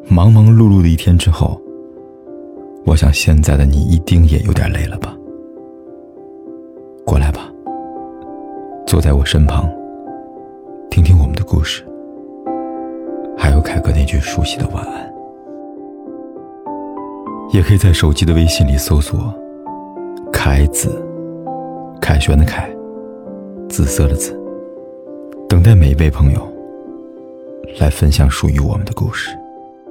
忙忙碌碌的一天之后，我想现在的你一定也有点累了吧。过来吧，坐在我身旁，听听我们的故事，还有凯哥那句熟悉的晚安。也可以在手机的微信里搜索凯子，凯旋的凯，紫色的紫，等待每一位朋友来分享属于我们的故事。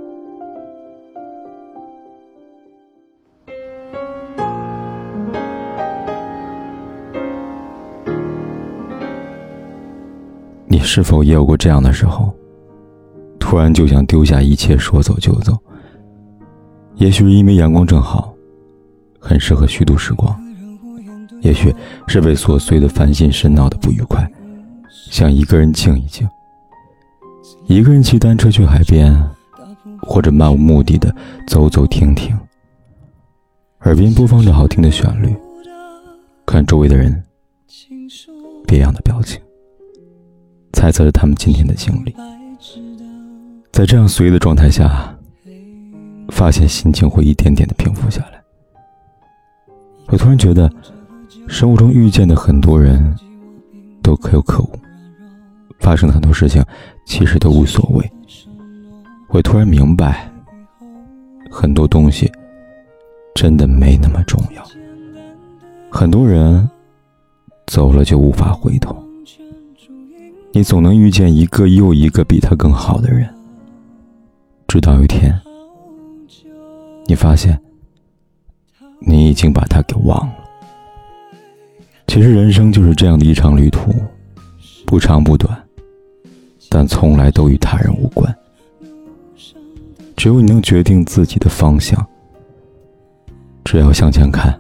你是否也有过这样的时候，突然就想丢下一切说走就走？也许是因为阳光正好，很适合虚度时光，也许是被琐碎的烦心事闹得不愉快，想一个人静一静，一个人骑单车去海边，或者漫无目的的走走停停，耳边播放着好听的旋律，看周围的人别样的表情，猜测着他们今天的经历。在这样随意的状态下，发现心情会一点点的平复下来。我突然觉得生活中遇见的很多人都可有可无，发生的很多事情其实都无所谓。我突然明白，很多东西真的没那么重要，很多人走了就无法回头，你总能遇见一个又一个比他更好的人，直到有一天你发现你已经把他给忘了。其实人生就是这样的一场旅途，不长不短，但从来都与他人无关。只有你能决定自己的方向，只要向前看，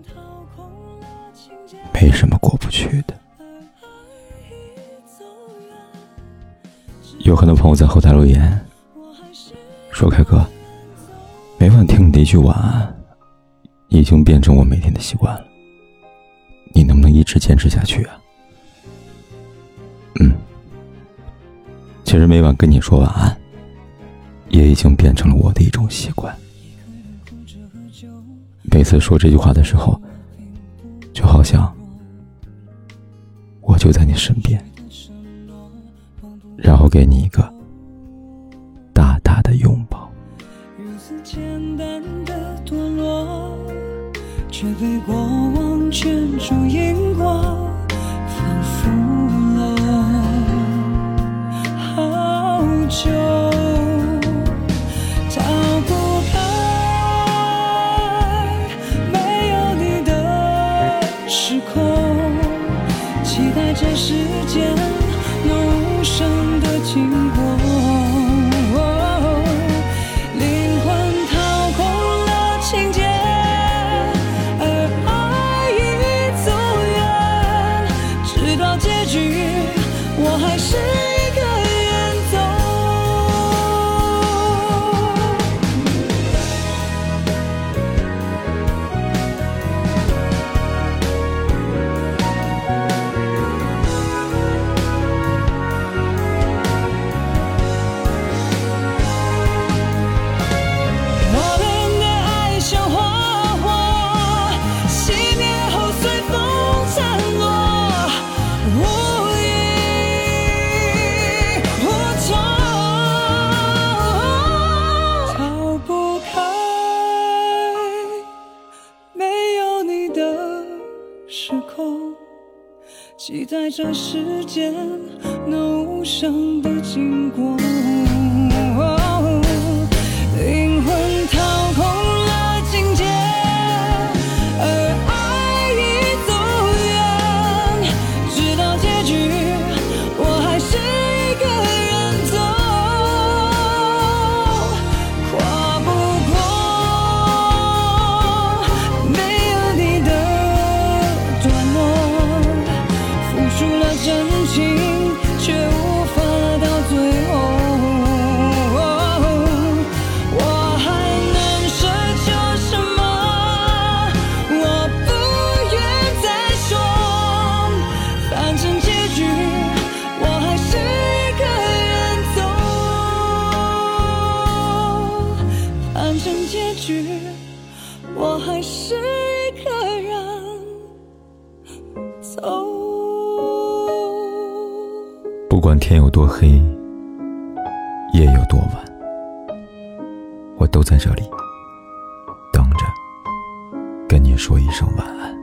没什么过不去的。有很多朋友在后台留言说，凯哥，每晚听你的一句晚安已经变成我每天的习惯了，你能不能一直坚持下去啊？其实每晚跟你说晚安也已经变成了我的一种习惯。每次说这句话的时候，就好像我就在你身边，然后给你一个大大的拥抱。 如此简单的堕落，却被过往圈住荧光，反复了好久，逃不开没有你的时空，期待这时间能无声的经过，灵魂掏空了情节，而爱已走远，直到结局我还是一个人走。期待这时间能无声的经过，灵魂掏空了情节，而爱已走远，直到结局我还是一个人走，跨不过没有你的段落，付出了真情，却无法到最后。 局，我还是一个人走。 不管天有多黑，夜有多晚，我都在这里等着跟你说一声晚安。